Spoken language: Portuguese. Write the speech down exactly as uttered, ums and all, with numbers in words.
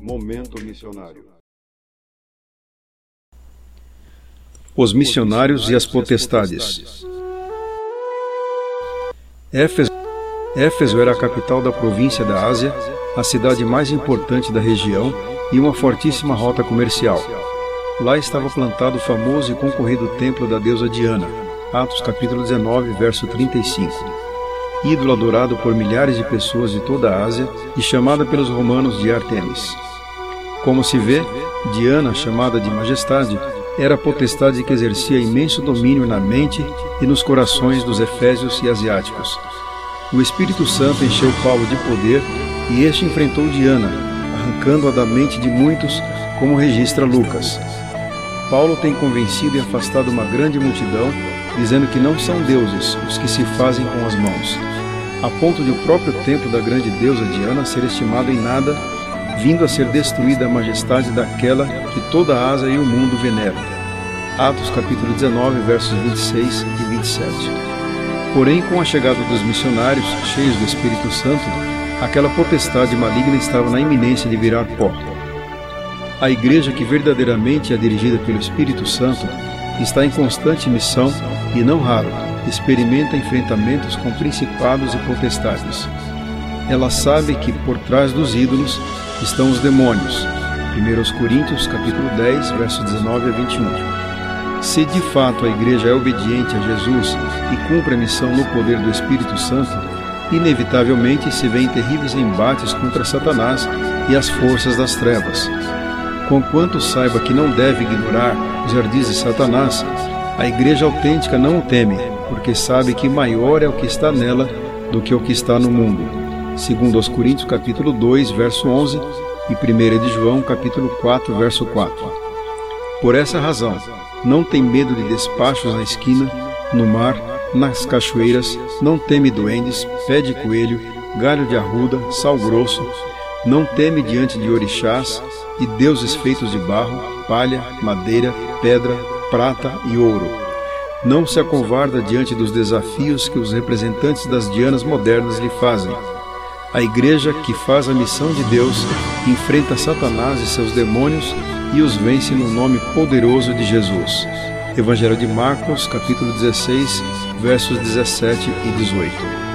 Momento Missionário. Os missionários e as potestades. Éfeso, Éfeso era a capital da província da Ásia, a cidade mais importante da região e uma fortíssima rota comercial. Lá estava plantado o famoso e concorrido templo da deusa Diana, Atos capítulo dezenove, verso trinta e cinco. Ídolo adorado por milhares de pessoas de toda a Ásia e chamada pelos romanos de Ártemis. Como se vê, Diana, chamada de Majestade, era a potestade que exercia imenso domínio na mente e nos corações dos efésios e asiáticos. O Espírito Santo encheu Paulo de poder e este enfrentou Diana, arrancando-a da mente de muitos, como registra Lucas. Paulo tem convencido e afastado uma grande multidão, dizendo que não são deuses os que se fazem com as mãos, a ponto de o próprio templo da grande deusa Diana ser estimado em nada, vindo a ser destruída a majestade daquela que toda a Ásia e o mundo veneram. Atos capítulo dezenove, versos vinte e seis e vinte e sete. Porém, com a chegada dos missionários, cheios do Espírito Santo, aquela potestade maligna estava na iminência de virar pó. A igreja que verdadeiramente é dirigida pelo Espírito Santo está em constante missão e, não raro, experimenta enfrentamentos com principados e potestades. Ela sabe que por trás dos ídolos estão os demônios. primeira Coríntios capítulo dez, versos dezenove a vinte e um. Se de fato a igreja é obediente a Jesus e cumpre a missão no poder do Espírito Santo, inevitavelmente se vê em terríveis embates contra Satanás e as forças das trevas. Conquanto saiba que não deve ignorar os ardis de Satanás, a igreja autêntica não o teme, porque sabe que maior é o que está nela do que o que está no mundo. Segundo aos Coríntios capítulo dois, verso onze e primeira de João capítulo quatro, verso quatro. Por essa razão, não tem medo de despachos na esquina, no mar, nas cachoeiras, não teme duendes, pé de coelho, galho de arruda, sal grosso, não teme diante de orixás e deuses feitos de barro, palha, madeira, pedra, prata e ouro. Não se acovarda diante dos desafios que os representantes das Dianas modernas lhe fazem. A igreja que faz a missão de Deus enfrenta Satanás e seus demônios e os vence no nome poderoso de Jesus. Evangelho de Marcos, capítulo dezesseis, versos dezessete e dezoito.